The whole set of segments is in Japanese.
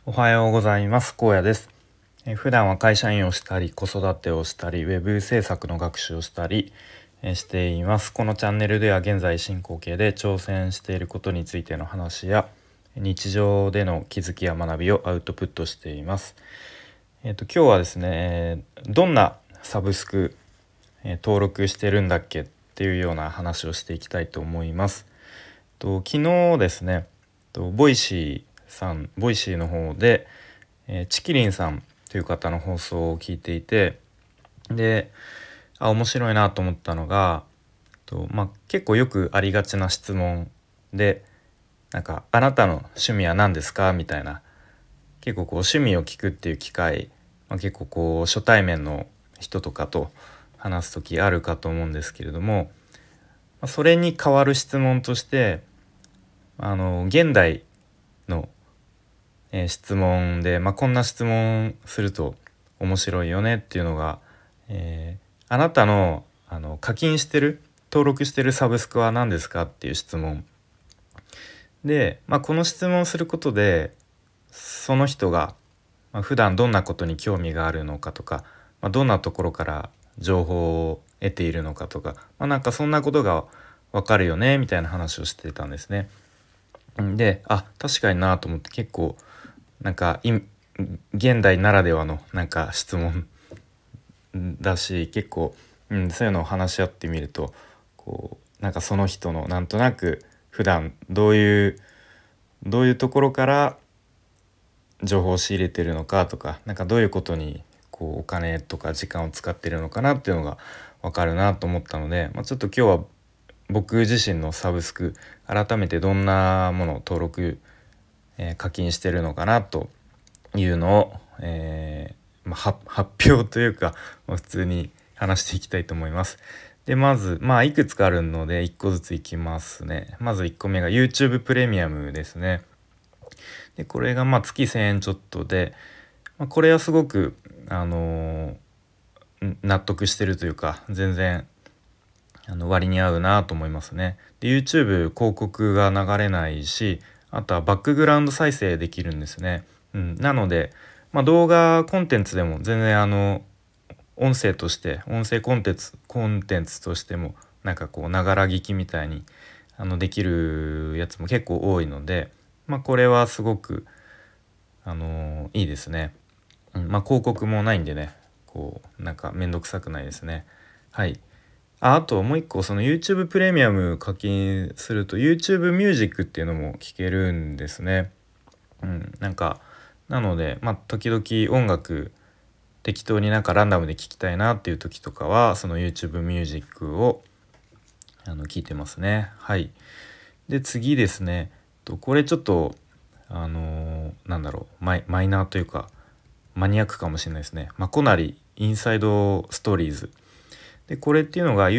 おはようございます。荒野です。普段は会社員をしたり子育てをしたりウェブ制作の学習をしたりしています。このチャンネルでは現在進行形で挑戦していることについての話や日常での気づきや学びをアウトプットしています。今日はですね、どんなサブスク、登録してるんだっけっていうような話をしていきたいと思います。昨日ですね、ボイシーの方で、チキリンさんという方の放送を聞いていて、で面白いなと思ったのが、結構よくありがちな質問で、あなたの趣味は何ですかみたいな、結構趣味を聞くっていう機会、結構初対面の人とかと話す時あるかと思うんですけれども、それに代わる質問として、現代の、質問で、こんな質問すると面白いよねっていうのが、あなたの、課金してる登録してるサブスクは何ですかっていう質問で、この質問をすることでその人が、普段どんなことに興味があるのかとか、どんなところから情報を得ているのかとか、そんなことがわかるよねみたいな話をしてたんですね。で、確かになと思って、結構なんかい現代ならではの質問だし、結構、そういうのを話し合ってみると、その人のなんとなく普段どういうところから情報を仕入れてるのかとか、どういうことにお金とか時間を使ってるのかなっていうのが分かるなと思ったので、ちょっと今日は僕自身のサブスク改めてどんなものを登録、課金してるのかなというのを、発表というか、普通に話していきたいと思います。でまず、いくつかあるので1個ずついきますね。まず1個目が YouTube プレミアムですね。でこれが月1000円ちょっとで、これはすごく、納得してるというか、全然割に合うなと思いますね。で YouTube 広告が流れないし、あとはバックグラウンド再生できるんですね。なので、動画コンテンツでも全然音声コンテンツとしてもながら聞きみたいにできるやつも結構多いので、これはすごくいいですね。広告もないんでね、めんどくさくないですね。はい。あともう一個、その YouTube プレミアム課金すると YouTube ミュージックっていうのも聞けるんですね。なので時々音楽適当にランダムで聞きたいなっていう時とかは、その YouTube ミュージックを聞いてますね。はい。で次ですね、これちょっとマイナーというかマニアックかもしれないですね。コナリインサイドストーリーズで、これっていうのが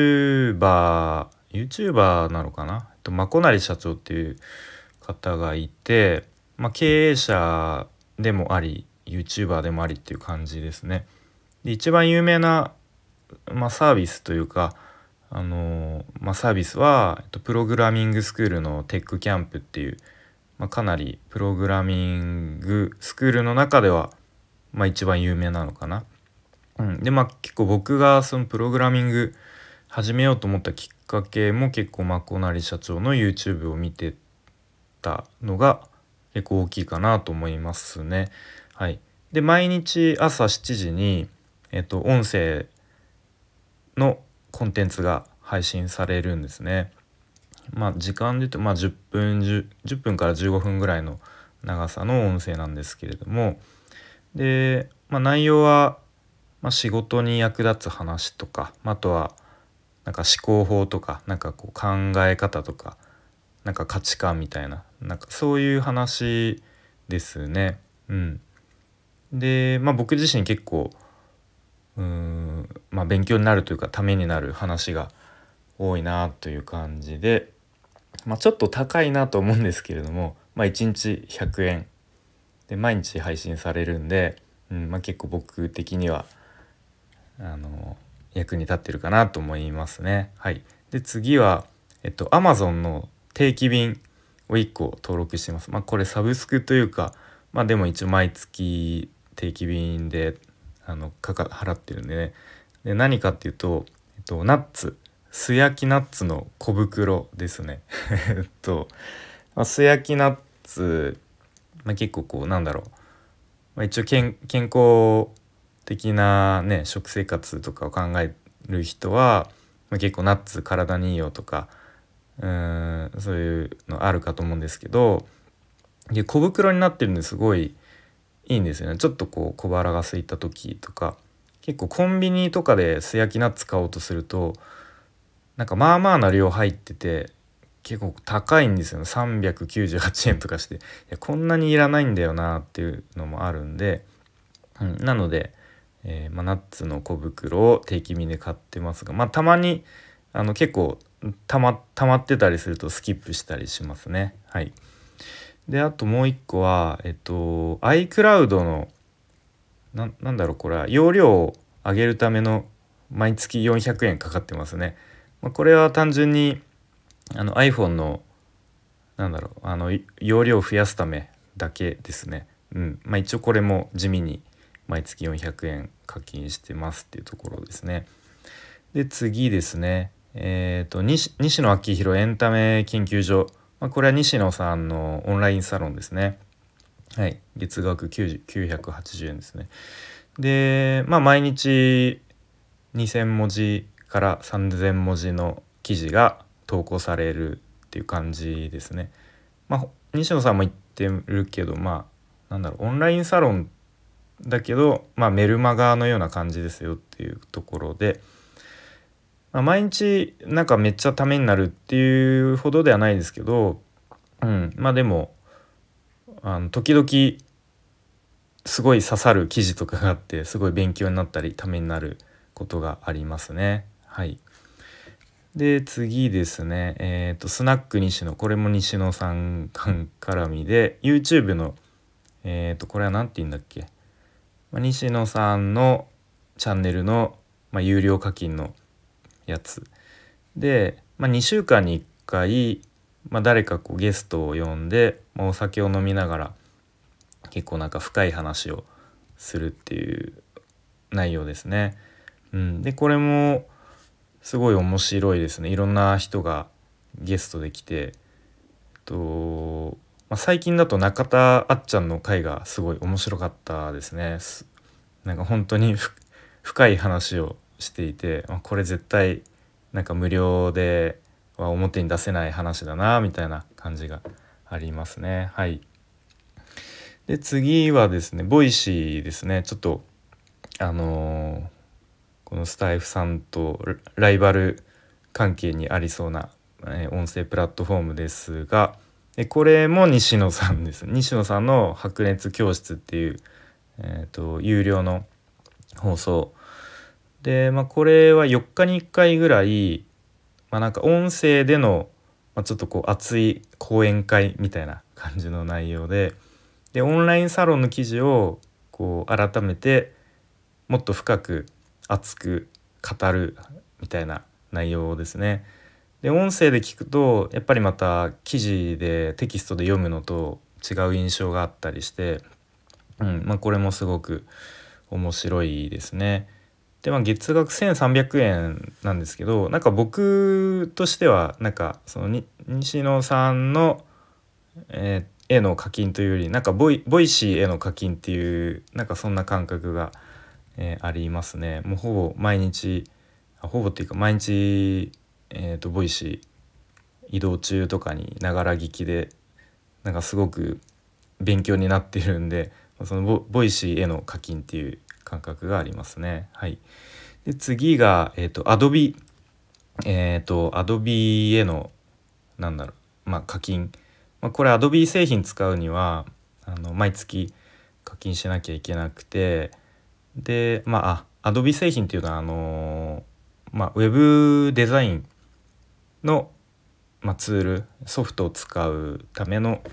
YouTuber なのかな、マコナリ社長っていう方がいて、経営者でもあり YouTuber でもありっていう感じですね。で一番有名な、サービスというか、サービスは、プログラミングスクールのテックキャンプっていう、かなりプログラミングスクールの中では、一番有名なのかな。で結構僕がそのプログラミング始めようと思ったきっかけも、結構マコナリ社長の YouTube を見てたのが結構大きいかなと思いますね。はい。で毎日朝7時に、音声のコンテンツが配信されるんですね。時間で言うと10分から15分ぐらいの長さの音声なんですけれども、で、内容は、仕事に役立つ話とか、あとは思考法とか考え方とか価値観みたいなそういう話ですね。で僕自身結構勉強になるというかためになる話が多いなという感じで、ちょっと高いなと思うんですけれども、1日100円で毎日配信されるんで、結構僕的には役に立ってるかなと思いますね。はい。で次はAmazon の定期便を1個登録してます。これサブスクというか、 まあでも一応毎月定期便で払ってるんでね。で何かっていうと、ナッツ素焼きナッツの小袋ですね。素焼きナッツ、結構こうなんだろう、一応健康的なね食生活とかを考える人は、結構ナッツ体にいいよとか、そういうのあるかと思うんですけど、で小袋になってるんですごいいいんですよね。ちょっとこう小腹が空いた時とか、結構コンビニとかで素焼きナッツ買おうとするとなんかまあまあな量入ってて結構高いんですよね。398円とかして、いやこんなにいらないんだよなっていうのもあるんで、なので、ナッツの小袋を定期便で買ってますが、たまに結構溜まってたりするとスキップしたりしますね。はい。であともう一個はiCloud のなんだろう、これは容量を上げるための毎月400円かかってますね。これは単純にiPhone のなんだろう容量を増やすためだけですね。一応これも地味に毎月400円課金してますっていうところですね。で次ですね、西野昭弘エンタメ研究所、これは西野さんのオンラインサロンですね。はい、月額980円ですね。で毎日2000文字から3000文字の記事が投稿されるっていう感じですね。西野さんも言ってるけど、なんだろう、オンラインサロンだけど、メルマガのような感じですよっていうところで、毎日なんかめっちゃためになるっていうほどではないですけど、でも時々すごい刺さる記事とかがあってすごい勉強になったりためになることがありますね。はい。で次ですね、スナック西野、これも西野さん絡みで YouTube のこれは何て言うんだっけ、西野さんのチャンネルの、有料課金のやつで、2週間に1回、誰かこうゲストを呼んで、お酒を飲みながら結構なんか深い話をするっていう内容ですね。でこれもすごい面白いですね。いろんな人がゲストで来て、最近だと中田あっちゃんの回がすごい面白かったですね。なんか本当に深い話をしていて、これ絶対なんか無料では表に出せない話だなみたいな感じがありますね。はい。で次はですね、ボイシーですね。ちょっとこのスタイフさんとライバル関係にありそうな、音声プラットフォームですが、これも西野さんです。西野さんの白熱教室っていう、有料の放送で、これは4日に1回ぐらい、なんか音声での、ちょっとこう熱い講演会みたいな感じの内容で、オンラインサロンの記事をこう改めてもっと深く熱く語るみたいな内容ですね。で音声で聞くとやっぱりまた記事でテキストで読むのと違う印象があったりして、これもすごく面白いですね。で月額1300円なんですけど、なんか僕としてはなんかその西野さんの、への課金というよりなんかボイシーへの課金っていうなんかそんな感覚が、ありますね。もうほぼ毎日ほぼっていうか毎日、ボイシー移動中とかにながら聞きでなんかすごく勉強になってるんで、そのボイシーへの課金っていう感覚がありますね。はい。で次がアドビアドビへのなんだろう、課金、これアドビ製品使うには毎月課金しなきゃいけなくて、でアドビ製品っていうのはウェブデザインの、ツールソフトを使うための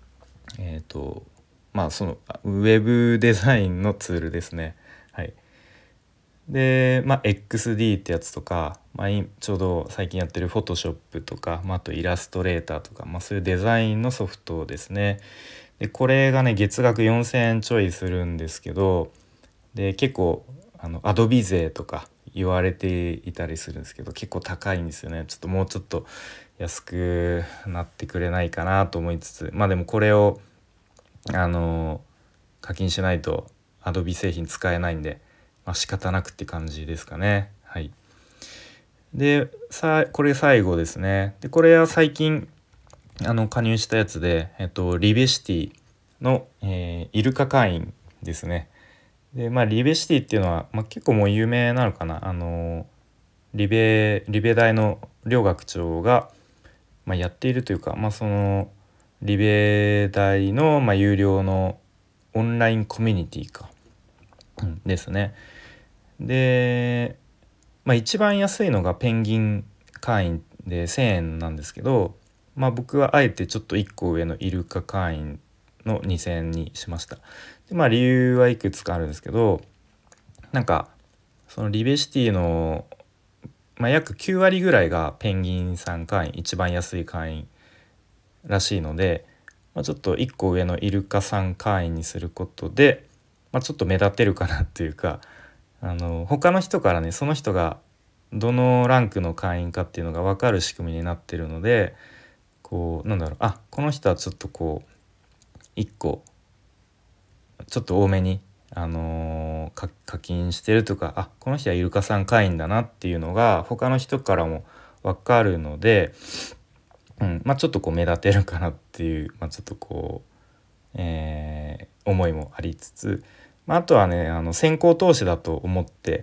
そのウェブデザインのツールですね。はい。でXD ってやつとか、ちょうど最近やってる Photoshop とか、あとイラストレーターとか、そういうデザインのソフトですね。 でこれがね月額4,000円ちょいするんですけど、で結構アドビ税とか言われていたりするんですけど、結構高いんですよね。ちょっともうちょっと安くなってくれないかなと思いつつ、まあでもこれを課金しないとアドビ製品使えないんで、まあ、仕方なくって感じですかね。はい。でこれ最後ですね。でこれは最近加入したやつで、リベシティの、イルカ会員ですね。でまあリベシティっていうのは、まあ、結構もう有名なのかな。リベ大の両学長が、まあ、やっているというか、まあ、そのリベ大の、まあ、有料のオンラインコミュニティか、ですね。で、まあ、一番安いのがペンギン会員で1,000円なんですけど、まあ、僕はあえてちょっと1個上のイルカ会員の2,000円にしました。でまあ理由はいくつかあるんですけど、なんかそのリベシティの、まあ、約9割ぐらいがペンギンさん会員、一番安い会員らしいので、まあ、ちょっと1個上のイルカさん会員にすることで、まあ、ちょっと目立てるかなっていうか、他の人からねその人がどのランクの会員かっていうのが分かる仕組みになってるので、こうなんだろう、あこの人はちょっとこう1個ちょっと多めに、課金してるとか、あこの人はイルカさん会員だなっていうのが他の人からも分かるので、まあちょっとこう目立てるかなっていう、まあ、ちょっとこう、思いもありつつ、まあ、あとはね先行投資だと思って、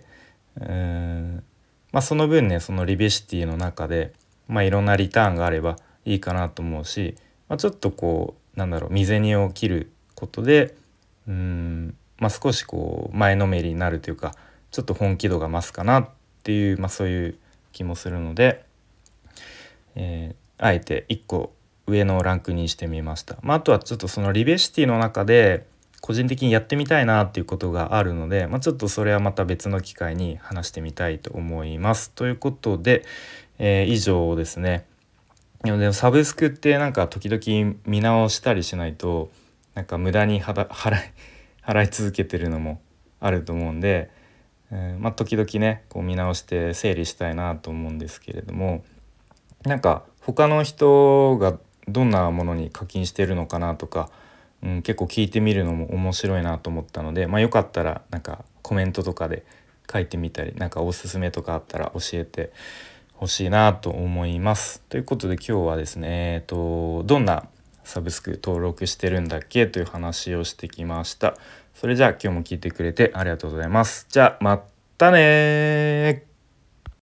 まあ、その分ねそのリベシティの中で、まあ、いろんなリターンがあればいいかなと思うし、まあ、ちょっとこうなんだろう身銭を切ることでまあ、少しこう前のめりになるというか、ちょっと本気度が増すかなっていう、まあ、そういう気もするので、あえて1個上のランクにしてみました。まあ、あとはちょっとそのリベシティの中で個人的にやってみたいなっていうことがあるので、まあ、ちょっとそれはまた別の機会に話してみたいと思います。ということで、以上ですね。でもサブスクってなんか時々見直したりしないとなんか無駄に払い続けてるのもあると思うんで、まあ時々ねこう見直して整理したいなと思うんですけれども、なんか他の人がどんなものに課金してるのかなとか、結構聞いてみるのも面白いなと思ったので、まあ、よかったらなんかコメントとかで書いてみたり、なんかおすすめとかあったら教えてほしいなと思います。ということで今日はですね、どんなサブスク登録してるんだっけという話をしてきました。それじゃあ今日も聞いてくれてありがとうございます。じゃあまたね。